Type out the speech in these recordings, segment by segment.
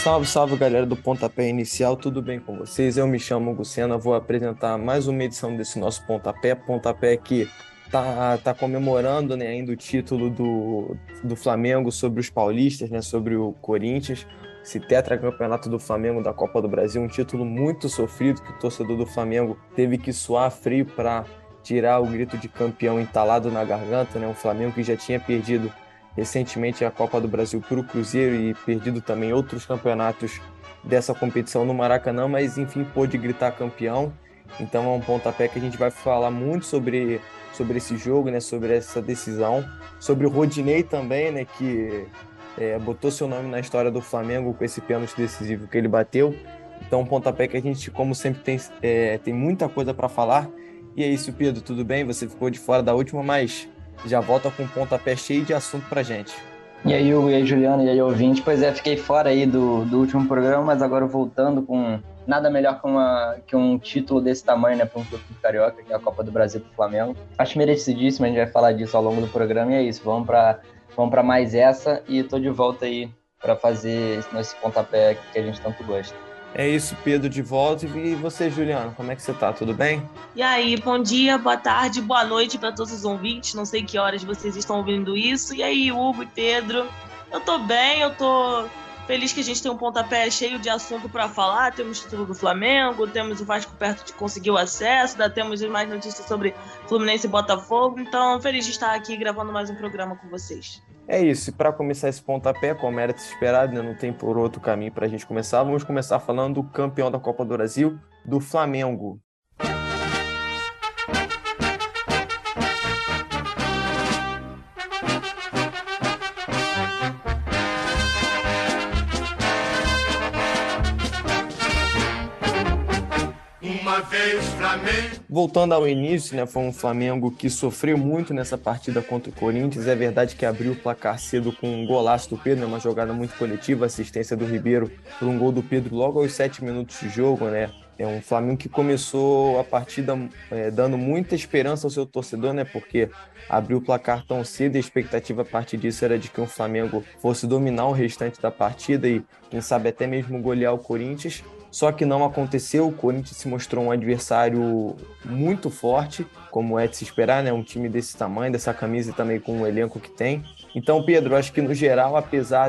Salve, salve galera do Pontapé Inicial, tudo bem com vocês? Eu me chamo Hugo Sena, vou apresentar mais uma edição desse nosso Pontapé que tá comemorando, né, ainda o título do Flamengo sobre os paulistas, né, sobre o Corinthians, esse tetracampeonato do Flamengo da Copa do Brasil, um título muito sofrido que o torcedor do Flamengo teve que suar frio para tirar o grito de campeão entalado na garganta, né, um Flamengo que já tinha perdido recentemente a Copa do Brasil para o Cruzeiro e perdido também outros campeonatos dessa competição no Maracanã, mas enfim pôde gritar campeão. Então é um pontapé que a gente vai falar muito sobre esse jogo, né, sobre essa decisão, sobre o Rodinei também, né, que botou seu nome na história do Flamengo com esse pênalti decisivo que ele bateu. Então um pontapé que a gente, como sempre, tem muita coisa para falar. E é isso, Pedro, tudo bem? Você ficou de fora da última, mas já volta com um pontapé cheio de assunto pra gente. E aí, Hugo, e aí, Juliano, e aí, ouvinte. Pois é, fiquei fora aí do último programa, mas agora voltando com nada melhor que um título desse tamanho, né, para um clube carioca, que é a Copa do Brasil pro Flamengo. Acho merecidíssimo, a gente vai falar disso ao longo do programa, e é isso, vamos para mais essa, e tô de volta aí para fazer esse pontapé que a gente tanto gosta. É isso, Pedro, de volta. E você, Juliano, como é que você tá? Tudo bem? E aí, bom dia, boa tarde, boa noite para todos os ouvintes. Não sei que horas vocês estão ouvindo isso. E aí, Hugo e Pedro? Eu tô bem, eu tô feliz que a gente tem um pontapé cheio de assunto para falar. Temos o título do Flamengo, temos o Vasco perto de conseguir o acesso, ainda temos mais notícias sobre Fluminense e Botafogo. Então, feliz de estar aqui gravando mais um programa com vocês. É isso, e para começar esse pontapé, como era de se esperar, né, não tem por outro caminho para a gente começar, vamos começar falando do campeão da Copa do Brasil, do Flamengo. Voltando ao início, né, foi um Flamengo que sofreu muito nessa partida contra o Corinthians. É verdade que abriu o placar cedo com um golaço do Pedro, né, uma jogada muito coletiva, assistência do Ribeiro por um gol do Pedro logo aos 7 minutos de jogo, né? É um Flamengo que começou a partida dando muita esperança ao seu torcedor, né? Porque abriu o placar tão cedo e a expectativa a partir disso era de que o Flamengo fosse dominar o restante da partida e, quem sabe, até mesmo golear o Corinthians. Só que não aconteceu, o Corinthians se mostrou um adversário muito forte, como é de se esperar, né? Um time desse tamanho, dessa camisa e também com o elenco que tem. Então, Pedro, acho que no geral, apesar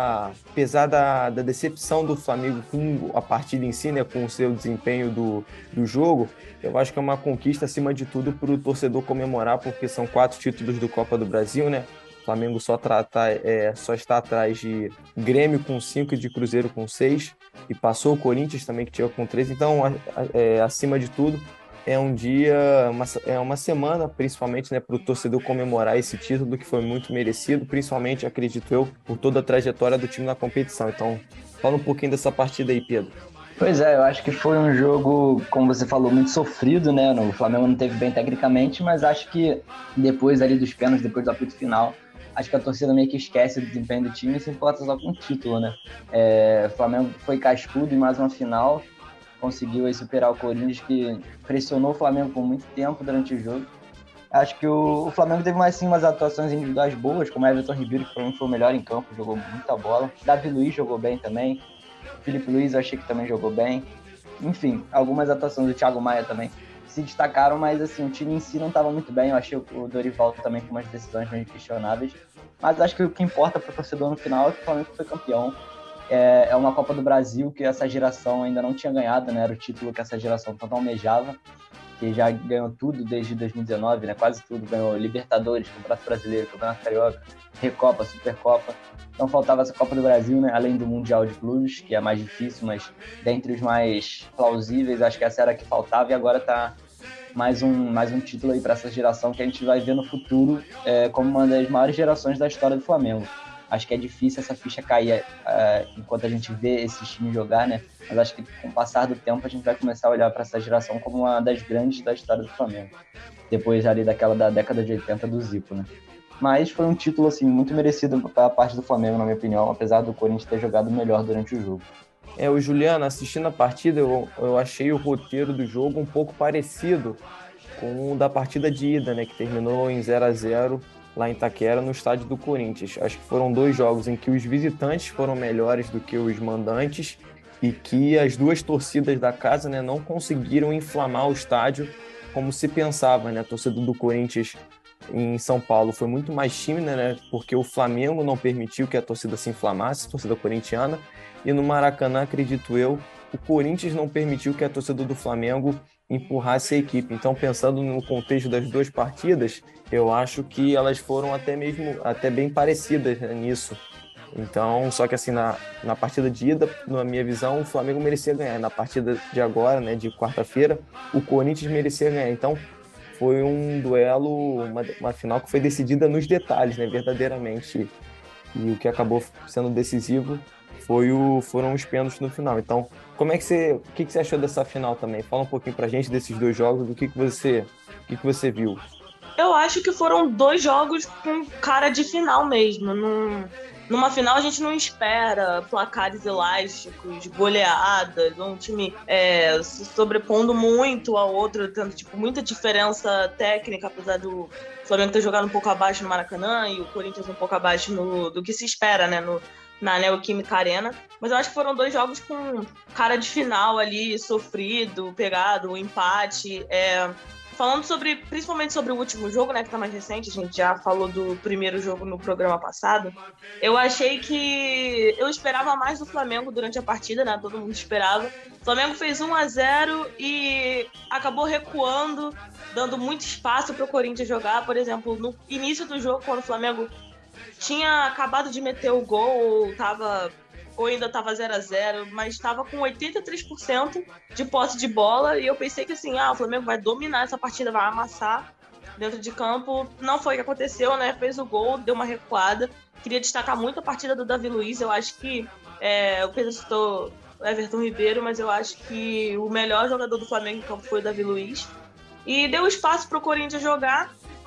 da decepção do Flamengo com a partida em si, né, com o seu desempenho do jogo, eu acho que é uma conquista acima de tudo para o torcedor comemorar, porque são 4 títulos do Copa do Brasil, né? O Flamengo só está atrás de Grêmio com 5 e de Cruzeiro com 6, e passou o Corinthians também, que tinha com 3. Então, acima de tudo, é um dia, uma semana, principalmente, né, para o torcedor comemorar esse título que foi muito merecido, principalmente, acredito eu, por toda a trajetória do time na competição. Então, fala um pouquinho dessa partida aí, Pedro. Pois é, eu acho que foi um jogo, como você falou, muito sofrido, né? O Flamengo não teve bem tecnicamente, mas acho que depois ali dos pênaltis, depois do apito final, acho que a torcida meio que esquece o desempenho do time e se importa só com o título, né? O Flamengo foi cascudo em mais uma final, conseguiu aí superar o Corinthians, que pressionou o Flamengo por muito tempo durante o jogo. Acho que o Flamengo teve mais sim umas atuações individuais boas, como o Everton Ribeiro, que para mim foi o melhor em campo, jogou muita bola. Davi Luiz jogou bem também. Felipe Luiz eu achei que também jogou bem. Enfim, algumas atuações do Thiago Maia também se destacaram, mas assim, o time em si não estava muito bem. Eu achei o Dorival também com umas decisões meio questionáveis. Mas acho que o que importa para o torcedor no final é que o Flamengo foi campeão. É uma Copa do Brasil que essa geração ainda não tinha ganhado, né? Era o título que essa geração tanto almejava, que já ganhou tudo desde 2019, né? Quase tudo. Ganhou Libertadores, Campeonato Brasileiro, Campeonato Carioca, Recopa, Supercopa. Então faltava essa Copa do Brasil, né? Além do Mundial de Clubes, que é mais difícil, mas dentre os mais plausíveis, acho que essa era a que faltava, e agora tá mais um título aí para essa geração que a gente vai ver no futuro como uma das maiores gerações da história do Flamengo. Acho que é difícil essa ficha cair enquanto a gente vê esses times jogar, né? Mas acho que com o passar do tempo a gente vai começar a olhar para essa geração como uma das grandes da história do Flamengo. Depois ali daquela da década de 80 do Zico, né? Mas foi um título assim, muito merecido para a parte do Flamengo, na minha opinião, apesar do Corinthians ter jogado melhor durante o jogo. O Juliano, assistindo a partida, eu achei o roteiro do jogo um pouco parecido com o da partida de ida, né, que terminou em 0-0 lá em Itaquera, no estádio do Corinthians. Acho que foram 2 jogos em que os visitantes foram melhores do que os mandantes e que as 2 torcidas da casa, né, não conseguiram inflamar o estádio como se pensava, né? A torcida do Corinthians em São Paulo foi muito mais tímida, né? Porque o Flamengo não permitiu que a torcida se inflamasse, a torcida corintiana, e no Maracanã, acredito eu, o Corinthians não permitiu que a torcida do Flamengo empurrasse a equipe. Então, pensando no contexto das 2 partidas, eu acho que elas foram até bem parecidas, né, nisso. Então, só que assim, na partida de ida, na minha visão, o Flamengo merecia ganhar. Na partida de agora, né, de quarta-feira, o Corinthians merecia ganhar. Então, foi um duelo, uma final que foi decidida nos detalhes, né, verdadeiramente. E o que acabou sendo decisivo foram os pênaltis no final. Então, o que você achou dessa final também? Fala um pouquinho pra gente desses 2 jogos, o que você viu? Eu acho que foram 2 jogos com cara de final mesmo. Numa final a gente não espera placares elásticos, goleadas, um time se sobrepondo muito ao outro, tendo tipo, muita diferença técnica, apesar do Flamengo ter jogado um pouco abaixo no Maracanã e o Corinthians um pouco abaixo do que se espera, né, na Neoquímica Arena. Mas eu acho que foram 2 jogos com cara de final ali, sofrido, pegado, um empate. Falando principalmente sobre o último jogo, né, que tá mais recente, a gente já falou do primeiro jogo no programa passado, eu achei que eu esperava mais do Flamengo durante a partida, né, todo mundo esperava. O Flamengo fez 1-0 e acabou recuando, dando muito espaço para o Corinthians jogar. Por exemplo, no início do jogo, quando o Flamengo tinha acabado de meter o gol, ou ainda estava 0-0, mas estava com 83% de posse de bola, e eu pensei que assim, o Flamengo vai dominar essa partida, vai amassar dentro de campo. Não foi o que aconteceu, né? Fez o gol, deu uma recuada. Queria destacar muito a partida do Davi Luiz. Eu acho que o Pedro citou o Everton Ribeiro, mas eu acho que o melhor jogador do Flamengo em campo foi o Davi Luiz. E deu espaço para o Corinthians jogar,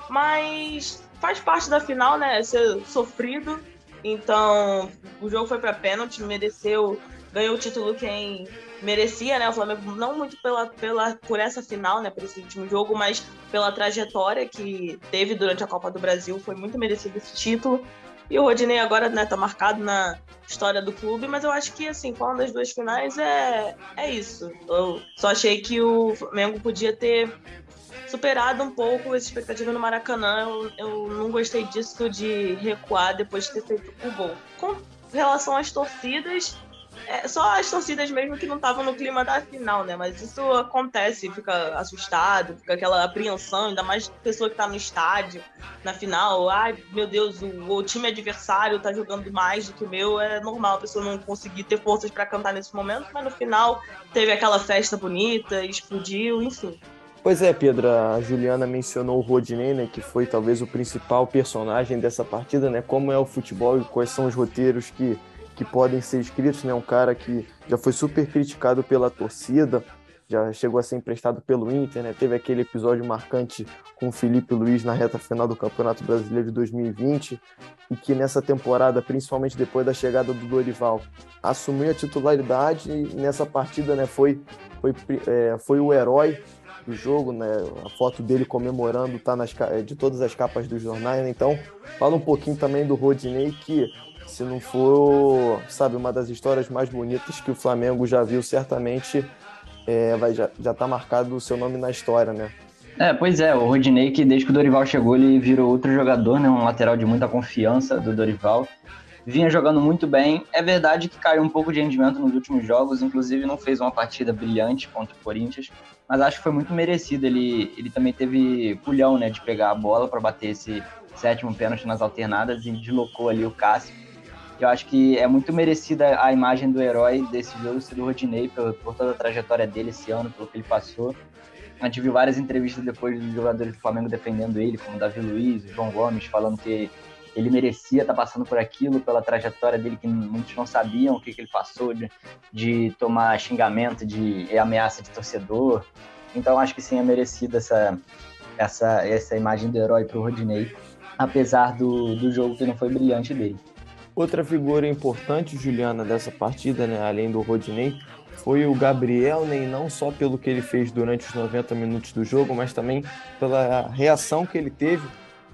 mas faz parte da final, né? Ser sofrido. Então, o jogo foi para pênalti, ganhou o título quem merecia, né? O Flamengo não muito por essa final, né? Por esse último jogo, mas pela trajetória que teve durante a Copa do Brasil, foi muito merecido esse título. E o Rodinei agora, né, tá marcado na história do clube, mas eu acho que, assim, falando das 2 finais, é isso. Eu só achei que o Flamengo podia ter superado um pouco essa expectativa no Maracanã. Eu não gostei disso de recuar depois de ter feito o gol. Com relação às torcidas, só as torcidas mesmo que não estavam no clima da final, né? Mas isso acontece, fica assustado, fica aquela apreensão, ainda mais pessoa que tá no estádio, na final. Ai, meu Deus, o time adversário tá jogando mais do que o meu. É normal a pessoa não conseguir ter forças para cantar nesse momento, mas no final teve aquela festa bonita, explodiu, enfim. Pois é, Pedro, a Juliana mencionou o Rodinei, né, que foi talvez o principal personagem dessa partida, né, como é o futebol e quais são os roteiros que podem ser escritos, né, um cara que já foi super criticado pela torcida, já chegou a ser emprestado pelo Inter, né, teve aquele episódio marcante com o Felipe Luiz na reta final do Campeonato Brasileiro de 2020, e que nessa temporada, principalmente depois da chegada do Dorival, assumiu a titularidade e nessa partida, né, foi o herói do jogo, né? A foto dele comemorando tá de todas as capas dos jornais, né? Então, fala um pouquinho também do Rodinei, que se não for, sabe, uma das histórias mais bonitas que o Flamengo já viu, certamente já tá marcado o seu nome na história, né? Pois é, o Rodinei, que desde que o Dorival chegou, ele virou outro jogador, né? Um lateral de muita confiança do Dorival. Vinha jogando muito bem. É verdade que caiu um pouco de rendimento nos últimos jogos, inclusive não fez uma partida brilhante contra o Corinthians, mas acho que foi muito merecido. Ele também teve culhão, né, de pegar a bola para bater esse 7º pênalti nas alternadas e deslocou ali o Cássio. Eu acho que é muito merecida a imagem do herói desse jogo ser do Rodinei, por toda a trajetória dele esse ano, pelo que ele passou. A gente viu várias entrevistas depois dos jogadores do Flamengo defendendo ele, como o Davi Luiz, o João Gomes, falando que ele merecia estar passando por aquilo, pela trajetória dele, que muitos não sabiam o que ele passou, de tomar xingamento, de ameaça de torcedor. Então, acho que sim, é merecida essa imagem do herói para o Rodinei, apesar do jogo que não foi brilhante dele. Outra figura importante, Juliana, dessa partida, né, além do Rodinei, foi o Gabriel, né, e não só pelo que ele fez durante os 90 minutos do jogo, mas também pela reação que ele teve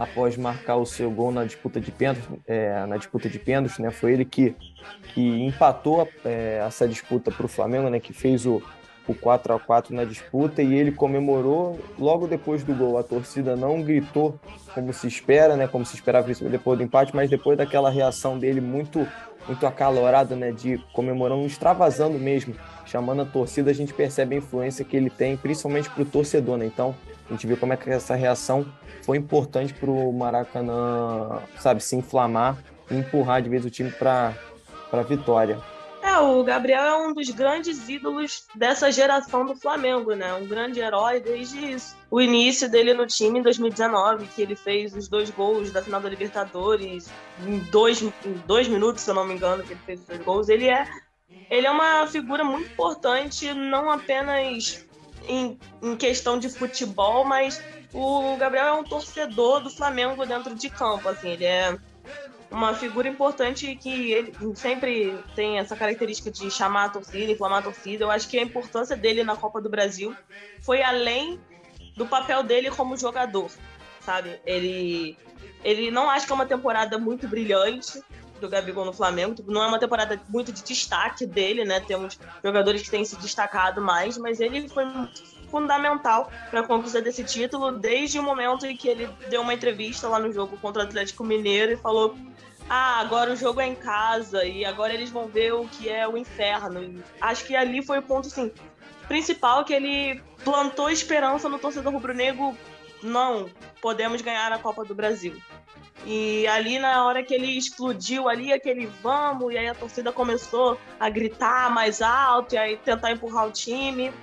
após marcar o seu gol na disputa de pênaltis, né? Foi ele que empatou essa disputa para o Flamengo, né? Que fez o 4-4 na disputa, e ele comemorou logo depois do gol. A torcida não gritou como se espera, né? Como se esperava depois do empate, mas depois daquela reação dele muito acalorada, né? De comemorando, extravasando mesmo, chamando a torcida, a gente percebe a influência que ele tem, principalmente para o torcedor, né? Então, a gente vê como é que essa reação foi importante para o Maracanã, sabe, se inflamar e empurrar de vez o time para a vitória. O Gabriel é um dos grandes ídolos dessa geração do Flamengo, né? Um grande herói desde o início dele no time em 2019, que ele fez os 2 gols da final da Libertadores em 2 minutos, se eu não me engano, que ele fez os 2 gols. Ele é uma figura muito importante, não apenas em questão de futebol, mas o Gabriel é um torcedor do Flamengo dentro de campo, assim, ele é uma figura importante que ele sempre tem essa característica de chamar a torcida, inflamar a torcida. Eu acho que a importância dele na Copa do Brasil foi além do papel dele como jogador, sabe? Ele não acho que é uma temporada muito brilhante do Gabigol no Flamengo, não é uma temporada muito de destaque dele, né? Temos jogadores que têm se destacado mais, mas ele foi fundamental para a conquista desse título desde o momento em que ele deu uma entrevista lá no jogo contra o Atlético Mineiro e falou: agora o jogo é em casa e agora eles vão ver o que é o inferno. E acho que ali foi o ponto assim, principal, que ele plantou esperança no torcedor rubro-negro. Não, podemos ganhar a Copa do Brasil. E ali na hora que ele explodiu ali, aquele vamos, e aí a torcida começou a gritar mais alto e aí tentar empurrar o time,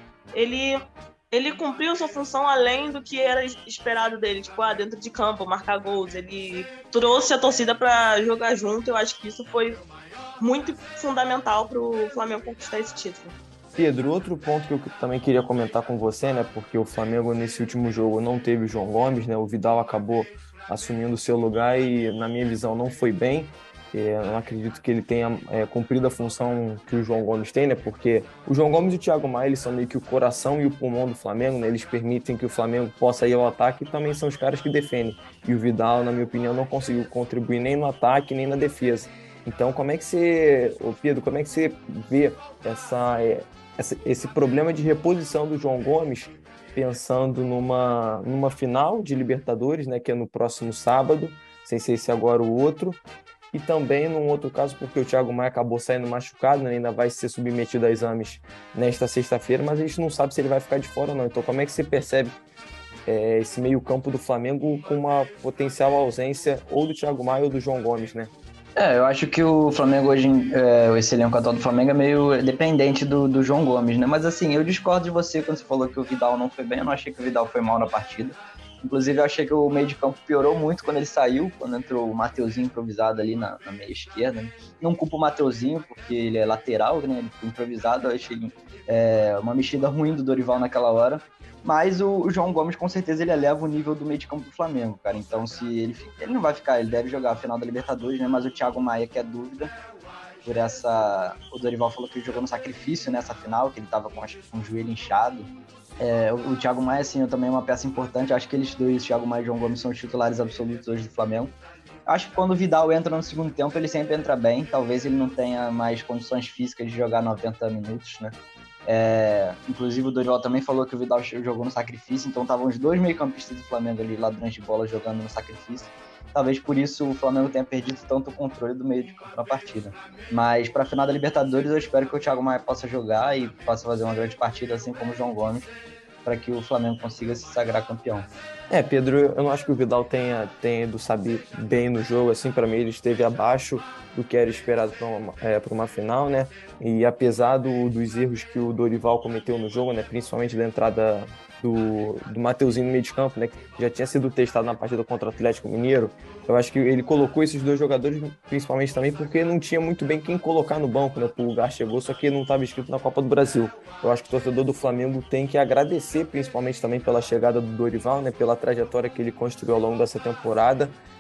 ele cumpriu sua função além do que era esperado dele, tipo, dentro de campo, marcar gols. Ele trouxe a torcida para jogar junto. Eu acho que isso foi muito fundamental para o Flamengo conquistar esse título. Pedro, outro ponto que eu também queria comentar com você, né, porque o Flamengo nesse último jogo não teve o João Gomes, né, o Vidal acabou assumindo o seu lugar e, na minha visão, não foi bem. Eu não acredito que ele tenha cumprido a função que o João Gomes tem, né? Porque o João Gomes e o Thiago Maia, eles são meio que o coração e o pulmão do Flamengo, né? Eles permitem que o Flamengo possa ir ao ataque e também são os caras que defendem. E o Vidal, na minha opinião, não conseguiu contribuir nem no ataque, nem na defesa. Então, Pedro, como é que você vê esse problema de reposição do João Gomes, pensando numa final de Libertadores, né? Que é no próximo sábado, sem ser esse agora o outro. E também num outro caso, porque o Thiago Maia acabou saindo machucado, né? Ainda vai ser submetido a exames nesta sexta-feira, mas a gente não sabe se ele vai ficar de fora ou não. Então, como é que você percebe esse meio-campo do Flamengo com uma potencial ausência ou do Thiago Maia ou do João Gomes, né? Eu acho que o Flamengo hoje, esse elenco atual do Flamengo é meio dependente do João Gomes, né? Mas assim, eu discordo de você quando você falou que o Vidal não foi bem. Eu não achei que o Vidal foi mal na partida. Inclusive, eu achei que o meio de campo piorou muito quando ele saiu, quando entrou o Mateuzinho improvisado ali na meia esquerda, né? Não culpo o Mateuzinho, porque ele é lateral, né? Ele foi improvisado, eu achei uma mexida ruim do Dorival naquela hora. Mas o João Gomes, com certeza, ele eleva o nível do meio de campo do Flamengo, cara. Então, se ele não vai ficar, ele deve jogar a final da Libertadores, né? Mas o Thiago Maia, que é dúvida, por essa... O Dorival falou que ele jogou no sacrifício nessa final, que ele tava com o joelho inchado. O Thiago Maia, assim, também é uma peça importante. Acho que eles dois, Thiago Maia e João Gomes, são os titulares absolutos hoje do Flamengo. Acho que quando o Vidal entra no segundo tempo, ele sempre entra bem. Talvez ele não tenha mais condições físicas de jogar 90 minutos, né? Inclusive o Dorival também falou que o Vidal jogou no sacrifício, então estavam os dois meio-campistas do Flamengo ali, ladrões de bola, jogando no sacrifício. Talvez por isso o Flamengo tenha perdido tanto o controle do meio de campo na partida. Mas para a final da Libertadores, eu espero que o Thiago Maia possa jogar e possa fazer uma grande partida, assim como o João Gomes, para que o Flamengo consiga se sagrar campeão. Pedro, eu não acho que o Vidal tenha ido saber bem no jogo, assim, para mim ele esteve abaixo do que era esperado para uma final, né? E apesar dos erros que o Dorival cometeu no jogo, né, principalmente da entrada do Mateuzinho no meio de campo, né, que já tinha sido testado na partida contra o Atlético Mineiro, eu acho que ele colocou esses dois jogadores principalmente também porque não tinha muito bem quem colocar no banco, né? O lugar chegou, só que não estava escrito na Copa do Brasil. Eu acho que o torcedor do Flamengo tem que agradecer, principalmente também pela chegada do Dorival, né, pela trajetória que ele construiu ao longo dessa temporada,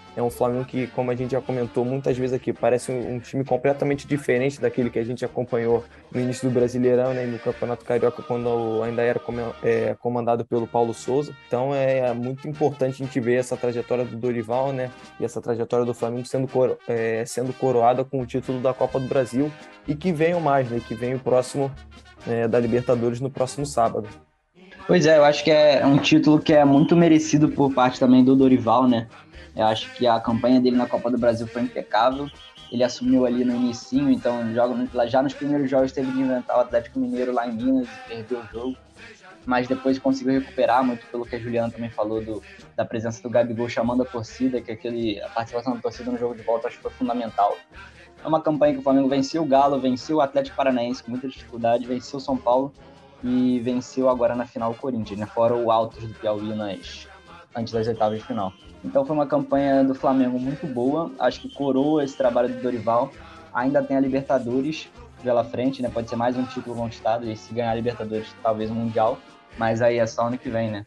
É um Flamengo que, como a gente já comentou muitas vezes aqui, parece um time completamente diferente daquele que a gente acompanhou no início do Brasileirão, né, e no Campeonato Carioca, quando ainda era comandado pelo Paulo Souza. Então é muito importante a gente ver essa trajetória do Dorival, né, e essa trajetória do Flamengo sendo coroada com o título da Copa do Brasil, e que venham mais, né, que venha o próximo da Libertadores no próximo sábado. Pois é, eu acho que é um título que é muito merecido por parte também do Dorival, né? Eu acho que a campanha dele na Copa do Brasil foi impecável. Ele assumiu ali no inicinho, então já nos primeiros jogos teve que inventar o Atlético Mineiro lá em Minas e perdeu o jogo. Mas depois conseguiu recuperar, muito pelo que a Juliana também falou da presença do Gabigol chamando a torcida, que a participação da torcida no jogo de volta acho que foi fundamental. É uma campanha que o Flamengo venceu o Galo, venceu o Atlético Paranaense com muita dificuldade, venceu o São Paulo e venceu agora na final o Corinthians, né? Fora o Altos do Piauí antes das oitavas de final. Então foi uma campanha do Flamengo muito boa, acho que coroa esse trabalho do Dorival. Ainda tem a Libertadores pela frente, né? Pode ser mais um título conquistado, e se ganhar a Libertadores, talvez um Mundial, mas aí é só ano que vem, né?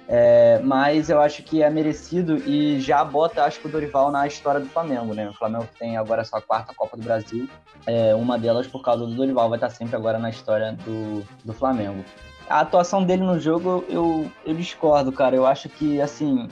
Mas eu acho que é merecido e já bota, acho que o Dorival na história do Flamengo, né? O Flamengo tem agora a sua quarta Copa do Brasil, uma delas por causa do Dorival, vai estar sempre agora na história do Flamengo. A atuação dele no jogo, eu discordo, cara. Eu acho que, assim,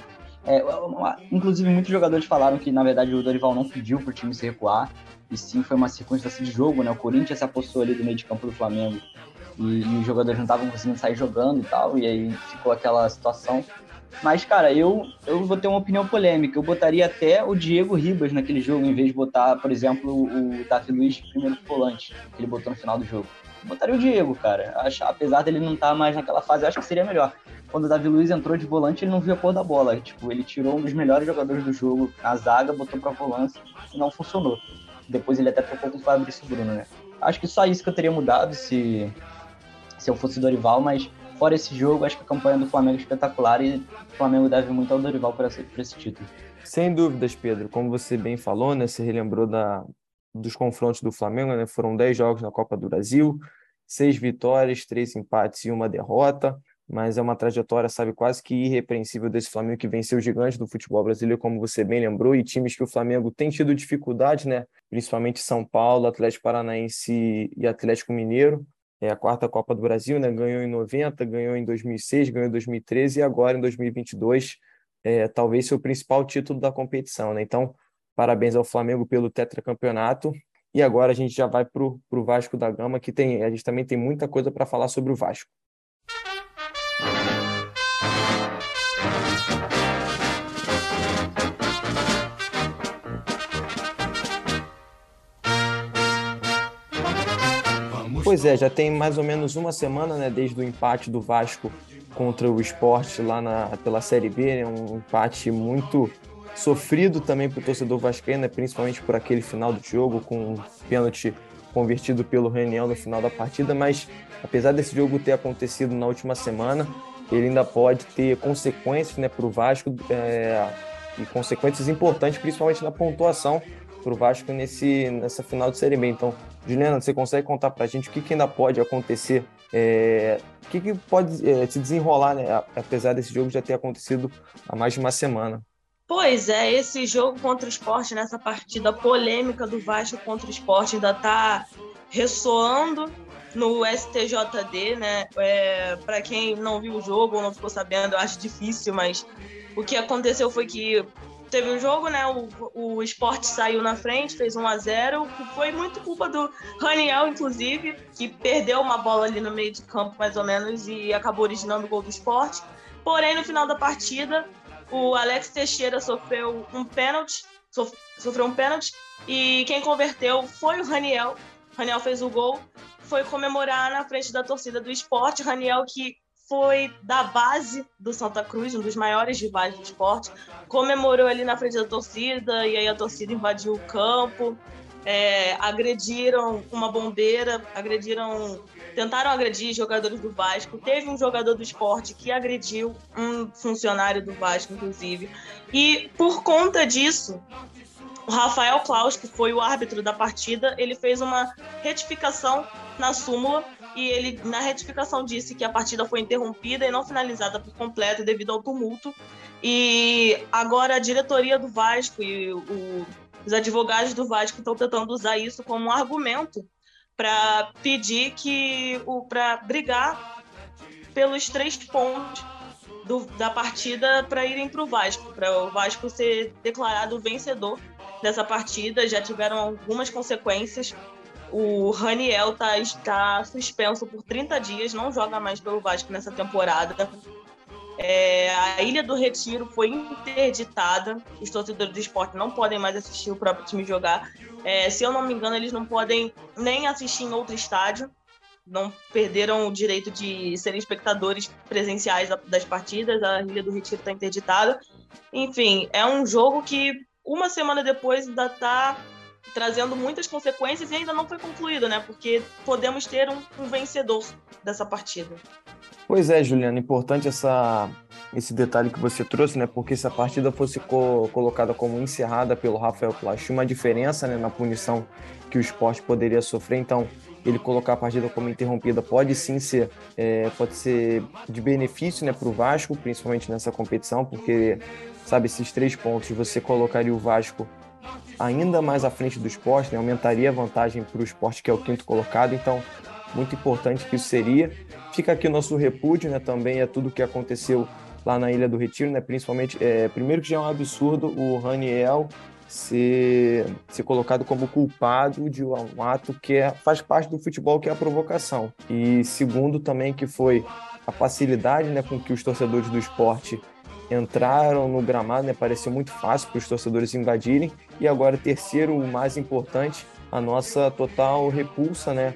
inclusive muitos jogadores falaram que, na verdade, o Dorival não pediu pro time se recuar, e sim foi uma circunstância de jogo, né? O Corinthians se apossou ali do meio de campo do Flamengo e os jogadores não estavam conseguindo sair jogando e tal, e aí ficou aquela situação. Mas, cara, eu vou ter uma opinião polêmica. Eu botaria até o Diego Ribas naquele jogo, em vez de botar, por exemplo, o Davi Luiz de primeiro volante, que ele botou no final do jogo. Eu botaria o Diego, cara. Apesar dele não estar mais naquela fase, eu acho que seria melhor. Quando o Davi Luiz entrou de volante, ele não viu a cor da bola. Tipo, ele tirou um dos melhores jogadores do jogo na zaga, botou pra volância e não funcionou. Depois ele até trocou com o Fabrício Bruno, né? Acho que só isso que eu teria mudado se eu fosse Dorival, mas fora esse jogo, acho que a campanha do Flamengo é espetacular e o Flamengo deve muito ao Dorival por esse título. Sem dúvidas, Pedro. Como você bem falou, né? Você relembrou dos confrontos do Flamengo, né? Foram 10 jogos na Copa do Brasil, 6 vitórias, 3 empates e 1 derrota, mas é uma trajetória, sabe, quase que irrepreensível desse Flamengo que venceu os gigantes do futebol brasileiro, como você bem lembrou, e times que o Flamengo tem tido dificuldade, né? Principalmente São Paulo, Atlético Paranaense e Atlético Mineiro. É a quarta Copa do Brasil, né? Ganhou em 90, ganhou em 2006, ganhou em 2013 e agora em 2022, talvez seu principal título da competição, né? Então, parabéns ao Flamengo pelo tetracampeonato. E agora a gente já vai para o Vasco da Gama, que a gente também tem muita coisa para falar sobre o Vasco. Pois é, já tem mais ou menos uma semana, né, desde o empate do Vasco contra o Sport lá pela Série B, né, um empate muito sofrido também para o torcedor vascaíno, né, principalmente por aquele final do jogo, com um pênalti convertido pelo Raniel no final da partida, mas apesar desse jogo ter acontecido na última semana, ele ainda pode ter consequências, né, para o Vasco, e consequências importantes, principalmente na pontuação para o Vasco nessa final de Série B. Então, Juliana, você consegue contar para a gente o que ainda pode acontecer, o que pode se desenrolar, né, apesar desse jogo já ter acontecido há mais de uma semana? Pois é, esse jogo contra o Sport, nessa partida polêmica do Vasco contra o Sport, ainda está ressoando no STJD, né? Para quem não viu o jogo ou não ficou sabendo, eu acho difícil, mas o que aconteceu foi que teve um jogo, né? O Sport saiu na frente, fez 1-0, foi muito culpa do Raniel, inclusive, que perdeu uma bola ali no meio de campo, mais ou menos, e acabou originando o gol do Sport. Porém, no final da partida, o Alex Teixeira sofreu um pênalti, e quem converteu foi o Raniel. O Raniel fez o gol, foi comemorar na frente da torcida do Sport. Raniel, que foi da base do Santa Cruz, um dos maiores rivais do Sport, comemorou ali na frente da torcida, e aí a torcida invadiu o campo, agrediram uma bombeira, tentaram agredir jogadores do Vasco. Teve um jogador do Sport que agrediu um funcionário do Vasco, inclusive. E por conta disso, o Rafael Claus, que foi o árbitro da partida, ele fez uma retificação na súmula e ele, na retificação, disse que a partida foi interrompida e não finalizada por completo devido ao tumulto. E agora a diretoria do Vasco e os advogados do Vasco estão tentando usar isso como um argumento para pedir para brigar pelos 3 pontos da partida para irem para o Vasco ser declarado vencedor dessa partida. Já tiveram algumas consequências. O Raniel está suspenso por 30 dias, não joga mais pelo Vasco nessa temporada. A Ilha do Retiro foi interditada, os torcedores do Sport não podem mais assistir o próprio time jogar. Se eu não me engano, eles não podem nem assistir em outro estádio, não perderam o direito de serem espectadores presenciais das partidas, a Ilha do Retiro está interditada. Enfim, é um jogo que uma semana depois ainda está trazendo muitas consequências e ainda não foi concluído, né? Porque podemos ter um vencedor dessa partida. Pois é, Juliana, importante esse detalhe que você trouxe, né? Porque se a partida fosse colocada como encerrada pelo Rafael Plach, uma diferença, né, na punição que o Sport poderia sofrer. Então, ele colocar a partida como interrompida pode sim ser, pode ser de benefício, né, para o Vasco, principalmente nessa competição, porque, sabe, esses 3 pontos você colocaria o Vasco ainda mais à frente do Sport, né? Aumentaria a vantagem para o Sport, que é o 5º colocado. Então, muito importante que isso seria. Fica aqui o nosso repúdio, né, também a tudo que aconteceu lá na Ilha do Retiro, né, principalmente, primeiro que já é um absurdo o Raniel ser colocado como culpado de um ato que faz parte do futebol, que é a provocação. E segundo também que foi a facilidade, né, com que os torcedores do Sport entraram no gramado, né, pareceu muito fácil para os torcedores invadirem. E agora, terceiro, o mais importante, a nossa total repulsa, né,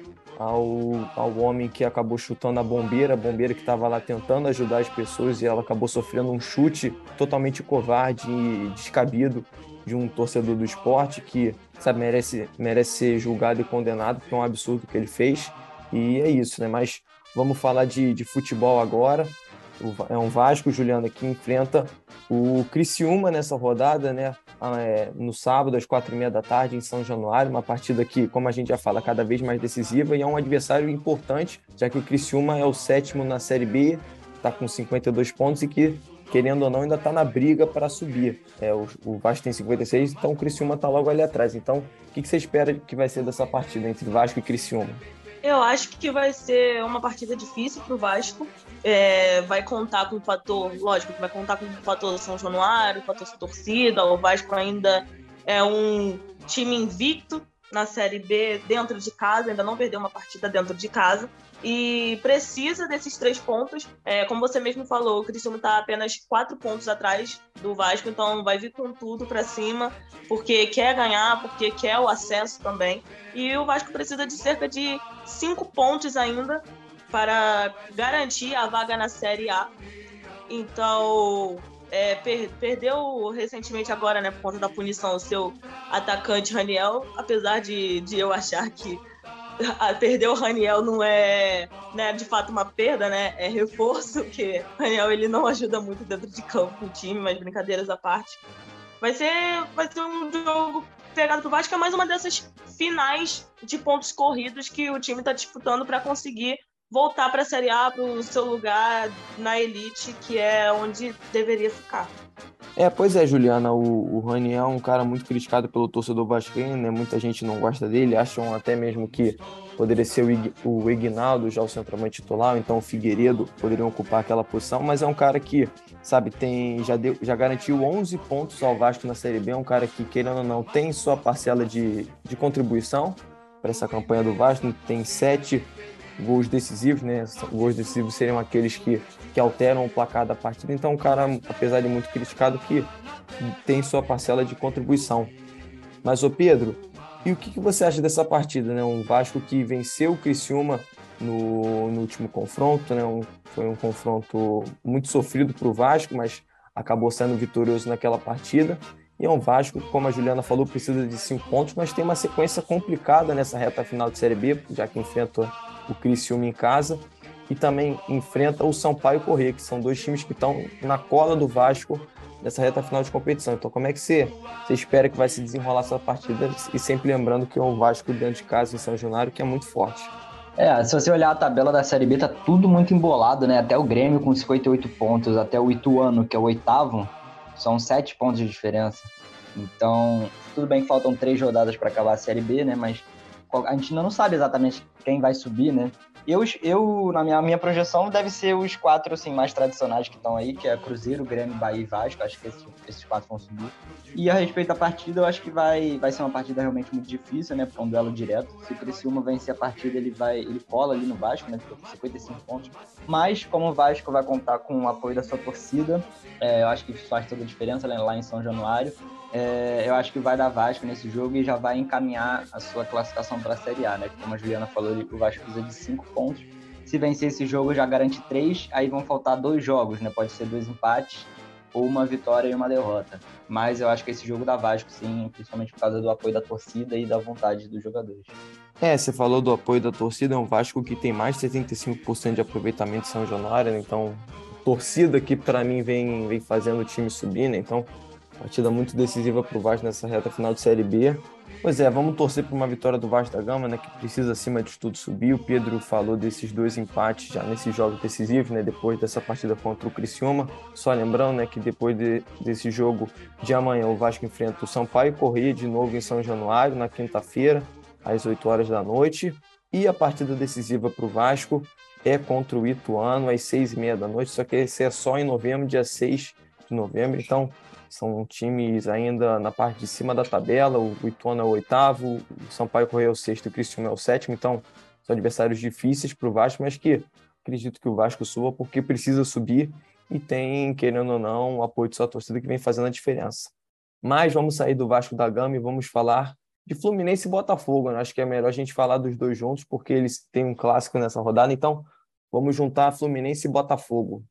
ao homem que acabou chutando a bombeira que estava lá tentando ajudar as pessoas, e ela acabou sofrendo um chute totalmente covarde e descabido de um torcedor do Sport que, sabe, merece ser julgado e condenado, porque é um absurdo que ele fez. E é isso, né? Mas vamos falar de futebol agora. É um Vasco, Juliana, que enfrenta o Criciúma nessa rodada, né? No sábado, às 4h30 da tarde, em São Januário, uma partida que, como a gente já fala, cada vez mais decisiva, e é um adversário importante, já que o Criciúma é o 7º na Série B, está com 52 pontos e que, querendo ou não, ainda está na briga para subir. O Vasco tem 56, então o Criciúma está logo ali atrás. Então, o que você espera que vai ser dessa partida entre Vasco e Criciúma? Eu acho que vai ser uma partida difícil para o Vasco. Vai contar com o fator, lógico, vai contar com o fator São Januário, o fator torcida. O Vasco ainda é um time invicto na Série B dentro de casa, ainda não perdeu uma partida dentro de casa. E precisa desses 3 pontos. Como você mesmo falou, o Criciúma está apenas 4 pontos atrás do Vasco, então vai vir com tudo para cima, porque quer ganhar, porque quer o acesso também. E o Vasco precisa de cerca de 5 pontos ainda para garantir a vaga na Série A. Então, perdeu recentemente agora, né, por conta da punição, o seu atacante Raniel, apesar de eu achar que perder o Raniel não é, né, de fato uma perda, né? É reforço, que o Raniel ele não ajuda muito dentro de campo no time, mas brincadeiras à parte. Vai ser um jogo pegado pro Vasco, é mais uma dessas finais de pontos corridos que o time está disputando para conseguir voltar para a Série A, para o seu lugar na elite, que é onde deveria ficar. Pois é, Juliana, o Raniel é um cara muito criticado pelo torcedor vascaíno, né? Muita gente não gosta dele, acham até mesmo que poderia ser o Ignaldo, já o centroavante titular, ou então o Figueiredo poderiam ocupar aquela posição, mas é um cara que, sabe, já garantiu 11 pontos ao Vasco na Série B, é um cara que, querendo ou não, tem sua parcela de contribuição para essa campanha do Vasco, tem 7 gols decisivos, né? Gols decisivos seriam aqueles que alteram o placar da partida. Então, um cara, apesar de muito criticado, que tem sua parcela de contribuição. Mas, ô Pedro, e o que você acha dessa partida, né? Um Vasco que venceu o Criciúma no último confronto, né? Foi um confronto muito sofrido para o Vasco, mas acabou sendo vitorioso naquela partida. E é um Vasco, como a Juliana falou, precisa de 5 pontos, mas tem uma sequência complicada nessa reta final de Série B, já que enfrenta o Criciúma em casa e também enfrenta o Sampaio Corrêa, que são 2 times que estão na cola do Vasco nessa reta final de competição. Então, como é que você espera que vai se desenrolar essa partida? E sempre lembrando que é um Vasco dentro de casa em São Januário, que é muito forte. Se você olhar a tabela da Série B, tá tudo muito embolado, né? Até o Grêmio com 58 pontos, até o Ituano, que é o oitavo, são 7 pontos de diferença. Então, tudo bem que faltam 3 rodadas para acabar a Série B, né? Mas a gente ainda não sabe exatamente quem vai subir, né? Na minha projeção, deve ser os 4 assim, mais tradicionais que estão aí, que é Cruzeiro, Grêmio, Bahia e Vasco. Acho que esses 4 vão subir. E a respeito da partida, eu acho que vai ser uma partida realmente muito difícil, né? Porque é um duelo direto. Se o Criciúma vencer a partida, ele cola ali no Vasco, né? Ficou com 55 pontos. Mas, como o Vasco vai contar com o apoio da sua torcida, eu acho que isso faz toda a diferença, né? Lá em São Januário. Eu acho que vai dar Vasco nesse jogo e já vai encaminhar a sua classificação para a Série A, né? Como a Juliana falou, o Vasco precisa de 5 pontos. Se vencer esse jogo, já garante 3, aí vão faltar 2 jogos, né? Pode ser 2 empates ou uma vitória e uma derrota. Mas eu acho que esse jogo dá Vasco, sim, principalmente por causa do apoio da torcida e da vontade dos jogadores. Você falou do apoio da torcida, é um Vasco que tem mais de 75% de aproveitamento em São Januário, né? Então, torcida que para mim vem fazendo o time subir, né? Então, partida muito decisiva para o Vasco nessa reta final de Série B. Pois vamos torcer por uma vitória do Vasco da Gama, né, que precisa, acima de tudo, subir. O Pedro falou desses 2 empates já nesse jogo decisivo, né, depois dessa partida contra o Criciúma. Só lembrando, né, que depois desse jogo de amanhã, o Vasco enfrenta o Sampaio Corrêa de novo em São Januário, na quinta-feira, às 8 horas da noite. E a partida decisiva para o Vasco é contra o Ituano, às 6h30 da noite, só que esse é só em novembro, dia 6 de novembro. Então, são times ainda na parte de cima da tabela. O Ituano é o 8º, o Sampaio Corrêa é o 6º, o Criciúma é o 7º. Então, são adversários difíceis para o Vasco, mas que acredito que o Vasco suba porque precisa subir e tem, querendo ou não, o apoio de sua torcida que vem fazendo a diferença. Mas vamos sair do Vasco da Gama e vamos falar de Fluminense e Botafogo, né? Acho que é melhor a gente falar dos dois juntos porque eles têm um clássico nessa rodada. Então, vamos juntar Fluminense e Botafogo.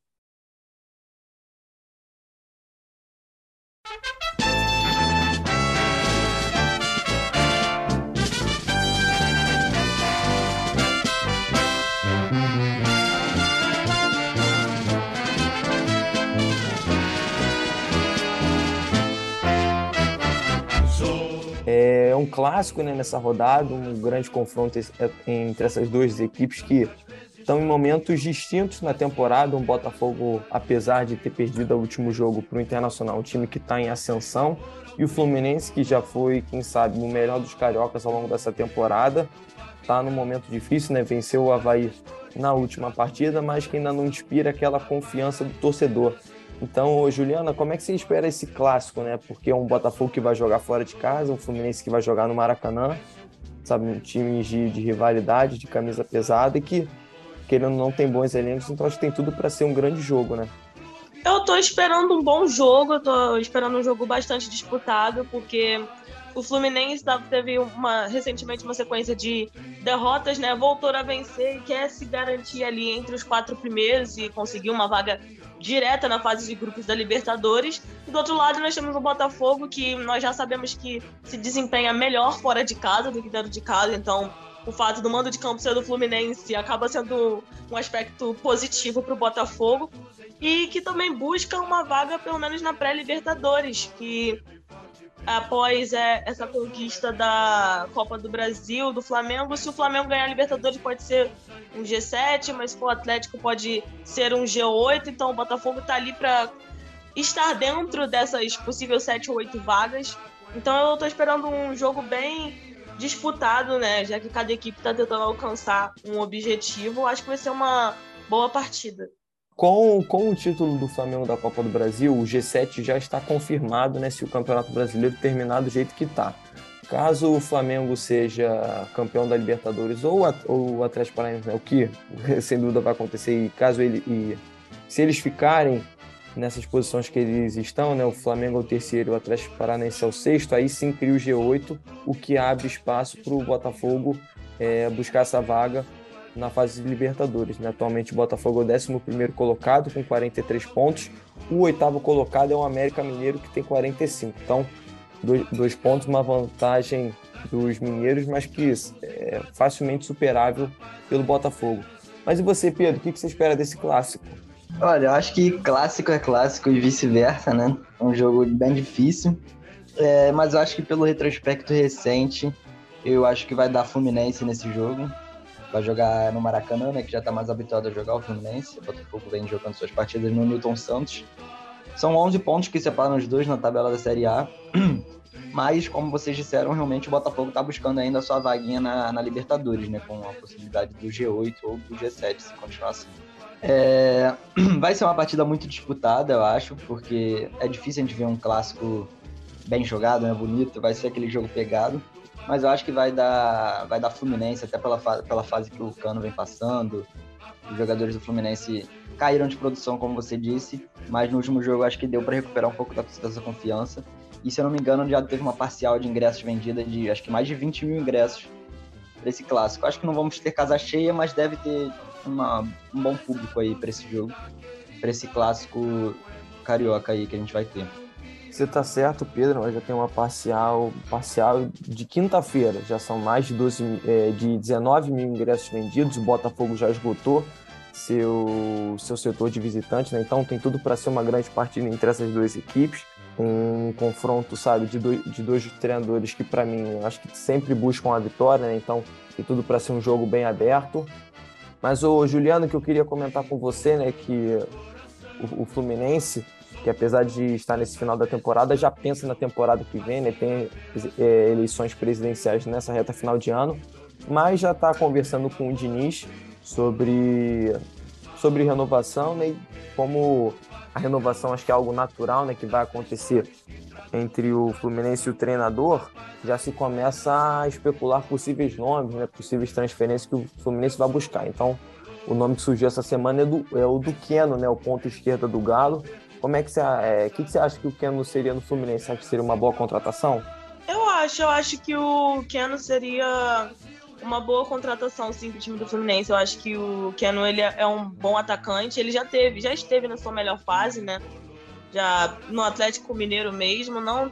É um clássico, né, nessa rodada, um grande confronto entre essas duas equipes que estão em momentos distintos na temporada. Um Botafogo, apesar de ter perdido o último jogo para o Internacional, um time que está em ascensão, e o Fluminense, que já foi, quem sabe, o melhor dos cariocas ao longo dessa temporada, está num momento difícil, né? Venceu o Avaí na última partida, mas que ainda não inspira aquela confiança do torcedor. Então, Juliana, como é que você espera esse clássico, né? Porque é um Botafogo que vai jogar fora de casa, um Fluminense que vai jogar no Maracanã, sabe? Um time de rivalidade, de camisa pesada e que, querendo não, tem bons elencos, então acho que tem tudo para ser um grande jogo, né? Eu tô esperando um bom jogo, eu tô esperando um jogo bastante disputado, porque o Fluminense teve recentemente uma sequência de derrotas, né? Voltou a vencer e quer se garantir ali entre os 4 primeiros e conseguir uma vaga direta na fase de grupos da Libertadores. E do outro lado nós temos o Botafogo, que nós já sabemos que se desempenha melhor fora de casa do que dentro de casa, então o fato do mando de campo ser do Fluminense acaba sendo um aspecto positivo para o Botafogo, e que também busca uma vaga pelo menos na pré-Libertadores, que após essa conquista da Copa do Brasil, do Flamengo, se o Flamengo ganhar a Libertadores pode ser um G7, mas se for o Atlético pode ser um G8, então o Botafogo está ali para estar dentro dessas possíveis 7 ou 8 vagas. Então eu estou esperando um jogo bem disputado, né? Já que cada equipe está tentando alcançar um objetivo, acho que vai ser uma boa partida. Com o título do Flamengo da Copa do Brasil, o G7 já está confirmado, né, se o Campeonato Brasileiro terminar do jeito que está. Caso o Flamengo seja campeão da Libertadores ou o Atlético Paranaense, né, o que sem dúvida vai acontecer, se eles ficarem nessas posições que eles estão, né, o Flamengo é o terceiro, o Atlético Paranaense é o sexto, aí sim cria o G8, o que abre espaço para o Botafogo buscar essa vaga na fase de Libertadores, né? Atualmente o Botafogo é o 11º colocado com 43 pontos, o 8º colocado é o América Mineiro que tem 45, então 2 pontos, uma vantagem dos mineiros, mas que é facilmente superável pelo Botafogo. Mas e você, Pedro, o que você espera desse clássico? Olha, eu acho que clássico é clássico e vice-versa, né? É um jogo bem difícil, mas eu acho que pelo retrospecto recente, eu acho que vai dar Fluminense nesse jogo. vai jogar no Maracanã, né, que já está mais habituado a jogar o Fluminense. O Botafogo vem jogando suas partidas no Newton Santos. São 11 pontos que separam os dois na tabela da Série A. Mas, como vocês disseram, realmente o Botafogo está buscando ainda a sua vaguinha na Libertadores, né, com a possibilidade do G8 ou do G7, se continuar assim. Vai ser uma partida muito disputada, eu acho, porque é difícil a gente ver um clássico bem jogado, né, bonito, vai ser aquele jogo pegado, mas eu acho que vai dar Fluminense, até pela fase que o Cano vem passando. Os jogadores do Fluminense caíram de produção, como você disse, mas no último jogo eu acho que deu para recuperar um pouco dessa confiança, e se eu não me engano já teve uma parcial de ingressos vendida de acho que mais de 20 mil ingressos para esse clássico. Acho que não vamos ter casa cheia, mas deve ter um bom público aí para esse jogo, para esse clássico carioca aí que a gente vai ter. Você tá certo, Pedro, mas já tem uma parcial de quinta-feira, já são mais de 19 mil ingressos vendidos, o Botafogo já esgotou seu setor de visitantes, né? Então tem tudo para ser uma grande partida entre essas duas equipes, um confronto, sabe, de dois treinadores que, para mim, acho que sempre buscam a vitória, né? Então tem tudo para ser um jogo bem aberto. Mas, Juliano, que eu queria comentar com você, né, que o Fluminense, que apesar de estar nesse final da temporada, já pensa na temporada que vem, né? Tem eleições presidenciais nessa reta final de ano, mas já está conversando com o Diniz sobre renovação, né? E como a renovação acho que é algo natural, né, que vai acontecer entre o Fluminense e o treinador, já se começa a especular possíveis nomes, né, possíveis transferências que o Fluminense vai buscar. Então, o nome que surgiu essa semana é o do Keno, né, o ponto esquerda do Galo. Como é que que você acha que o Keno seria no Fluminense? Você acha que seria uma boa contratação? Eu acho que o Keno seria uma boa contratação, sim, pro time do Fluminense. Eu acho que o Keno, ele é um bom atacante, ele já esteve na sua melhor fase, né? Já no Atlético Mineiro mesmo, não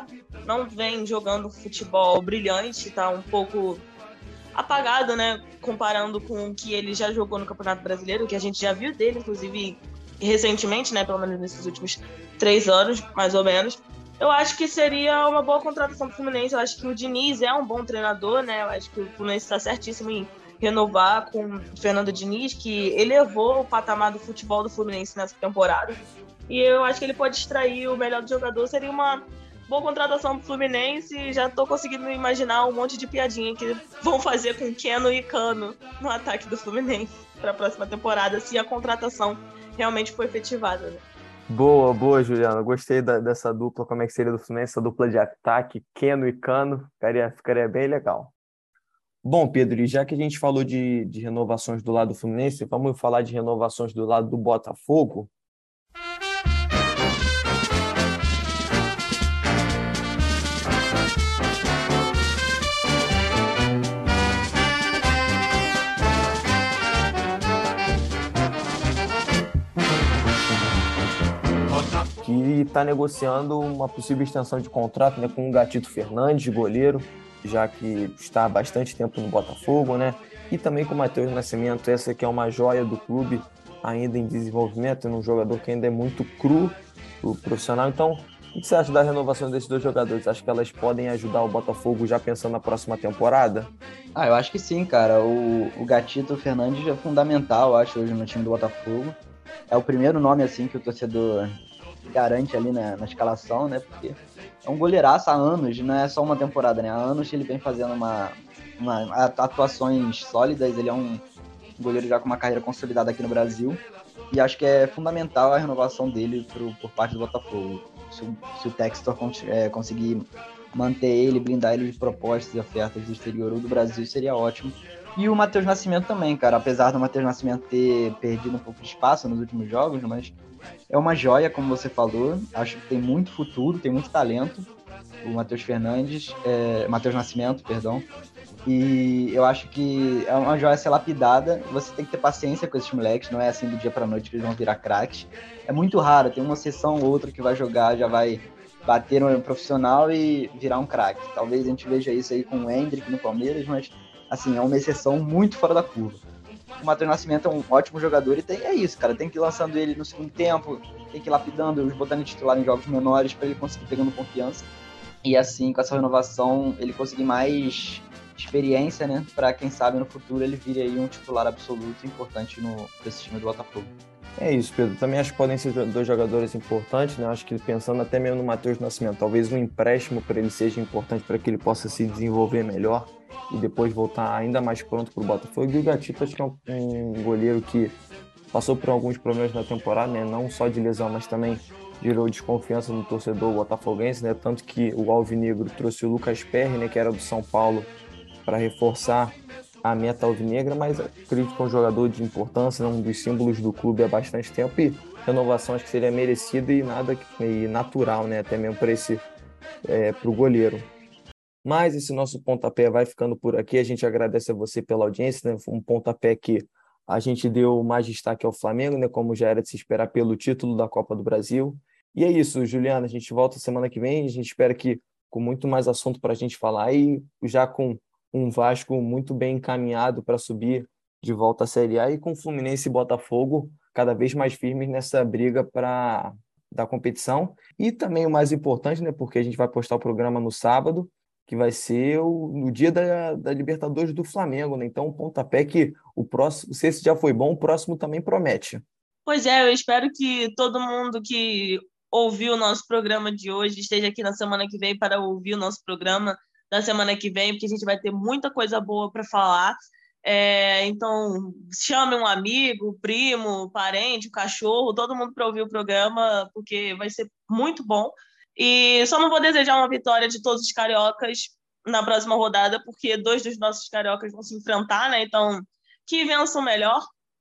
vem jogando futebol brilhante, tá um pouco apagado, né? Comparando com o que ele já jogou no Campeonato Brasileiro, que a gente já viu dele, inclusive, recentemente, né? Pelo menos nesses últimos 3 anos, mais ou menos. Eu acho que seria uma boa contratação do Fluminense. Eu acho que o Diniz é um bom treinador, né? Eu acho que o Fluminense está certíssimo em renovar com o Fernando Diniz, que elevou o patamar do futebol do Fluminense nessa temporada. E eu acho que ele pode extrair o melhor do jogador. Seria uma boa contratação pro Fluminense. Já tô conseguindo imaginar um monte de piadinha que vão fazer com Keno e Cano no ataque do Fluminense para a próxima temporada, se a contratação realmente for efetivada, né? Boa, Juliana. Gostei dessa dupla. Como é que seria do Fluminense? Essa dupla de ataque, Keno e Cano. Ficaria bem legal. Bom, Pedro, e já que a gente falou de renovações do lado do Fluminense, vamos falar de renovações do lado do Botafogo. Que está negociando uma possível extensão de contrato, né, com o Gatito Fernandes, goleiro, já que está há bastante tempo no Botafogo, né? E também com o Matheus Nascimento, essa que é uma joia do clube, ainda em desenvolvimento, um jogador que ainda é muito cru, o profissional. Então, o que você acha da renovação desses dois jogadores? Acha que elas podem ajudar o Botafogo já pensando na próxima temporada? Eu acho que sim, cara. O Gatito Fernandes é fundamental, eu acho, hoje no time do Botafogo. É o primeiro nome, assim, que o torcedor garante ali na escalação, né? Porque é um goleiraço há anos, não é só uma temporada, né? Há anos que ele vem fazendo atuações sólidas. Ele é um goleiro já com uma carreira consolidada aqui no Brasil. E acho que é fundamental a renovação dele por parte do Botafogo. Se o Textor conseguir manter ele, blindar ele de propostas e ofertas do exterior ou do Brasil, seria ótimo. E o Matheus Nascimento também, cara. Apesar do Matheus Nascimento ter perdido um pouco de espaço nos últimos jogos, mas é uma joia, como você falou. Acho que tem muito futuro, tem muito talento. O Matheus Nascimento, perdão. E eu acho que é uma joia a ser lapidada. Você tem que ter paciência com esses moleques. Não é assim do dia pra noite que eles vão virar craques. É muito raro. Tem uma sessão ou outra que vai jogar, já vai bater no profissional e virar um craque. Talvez a gente veja isso aí com o Hendrick no Palmeiras, mas assim, é uma exceção muito fora da curva. O Matheus Nascimento é um ótimo jogador e é isso, cara. Tem que ir lançando ele no segundo tempo, tem que ir lapidando, botando ele titular em jogos menores para ele conseguir pegando confiança. E assim, com essa renovação, ele conseguir mais experiência, né, para quem sabe no futuro ele vire aí um titular absoluto importante desse time do Botafogo. É isso, Pedro. Também acho que podem ser dois jogadores importantes, né? Acho que pensando até mesmo no Matheus Nascimento, talvez um empréstimo para ele seja importante para que ele possa se desenvolver melhor e depois voltar ainda mais pronto para o Botafogo. E o Gatito acho que é um goleiro que passou por alguns problemas na temporada, né? Não só de lesão, mas também gerou desconfiança no torcedor botafoguense, né? Tanto que o Alvinegro trouxe o Lucas Perry, né? Que era do São Paulo, para reforçar a meta alvinegra, mas acredito que é um jogador de importância, né? Um dos símbolos do clube há bastante tempo, e renovação acho que seria merecida e natural, né? Até mesmo para o goleiro. Mas esse nosso pontapé vai ficando por aqui. A gente agradece a você pela audiência, né? Foi um pontapé que a gente deu mais destaque ao Flamengo, né? Como já era de se esperar pelo título da Copa do Brasil. E é isso, Juliana. A gente volta semana que vem. A gente espera que com muito mais assunto para a gente falar e já com um Vasco muito bem encaminhado para subir de volta à Série A e com Fluminense e Botafogo cada vez mais firmes nessa briga da competição. E também o mais importante, né? Porque a gente vai postar o programa no sábado, que vai ser no dia da Libertadores do Flamengo, né? Então, um pontapé que o próximo, se esse já foi bom, o próximo também promete. Pois é, eu espero que todo mundo que ouviu o nosso programa de hoje esteja aqui na semana que vem para ouvir o nosso programa da semana que vem, porque a gente vai ter muita coisa boa para falar. Então, chame um amigo, primo, parente, cachorro, todo mundo para ouvir o programa, porque vai ser muito bom. E só não vou desejar uma vitória de todos os cariocas na próxima rodada, porque 2 dos nossos cariocas vão se enfrentar, né? Então, que vençam melhor.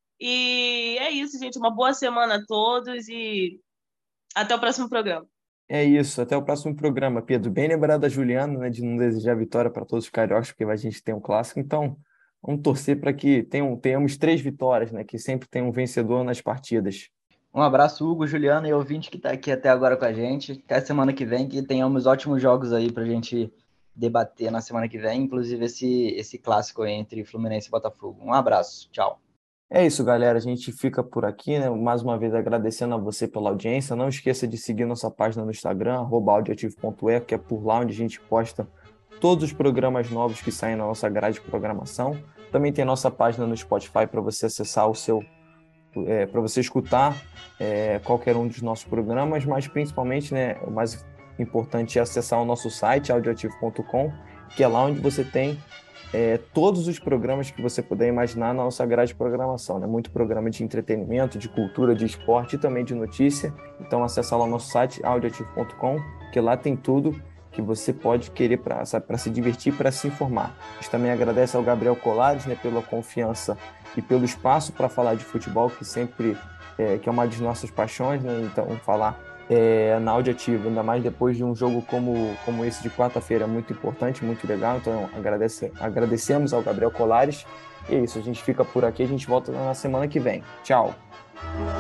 E é isso, gente. Uma boa semana a todos e até o próximo programa. É isso, até o próximo programa, Pedro. Bem lembrado da Juliana, né, de não desejar vitória para todos os cariocas, porque a gente tem um clássico. Então, vamos torcer para que tenhamos 3 vitórias, né? Que sempre tem um vencedor nas partidas. Um abraço, Hugo, Juliano e ouvinte que está aqui até agora com a gente. Até semana que vem, que tenhamos ótimos jogos aí para a gente debater na semana que vem, inclusive esse clássico aí entre Fluminense e Botafogo. Um abraço, tchau. É isso, galera. A gente fica por aqui, né? Mais uma vez agradecendo a você pela audiência. Não esqueça de seguir nossa página no Instagram, @audioativo.e, que é por lá onde a gente posta todos os programas novos que saem na nossa grade de programação. Também tem nossa página no Spotify para você acessar para você escutar qualquer um dos nossos programas, mas principalmente, né, o mais importante é acessar o nosso site, audioativo.com, que é lá onde você tem todos os programas que você puder imaginar na nossa grade de programação, né? Muito programa de entretenimento, de cultura, de esporte e também de notícia. Então acessa lá o nosso site, audioativo.com, que lá tem tudo que você pode querer para se divertir, para se informar. A gente também agradece ao Gabriel Colares, né, pela confiança e pelo espaço para falar de futebol, que sempre que é uma das nossas paixões, né? Então falar na Audioativo, ainda mais depois de um jogo como esse de quarta-feira, é muito importante, muito legal. Então agradecemos ao Gabriel Colares. E é isso, a gente fica por aqui, a gente volta na semana que vem. Tchau!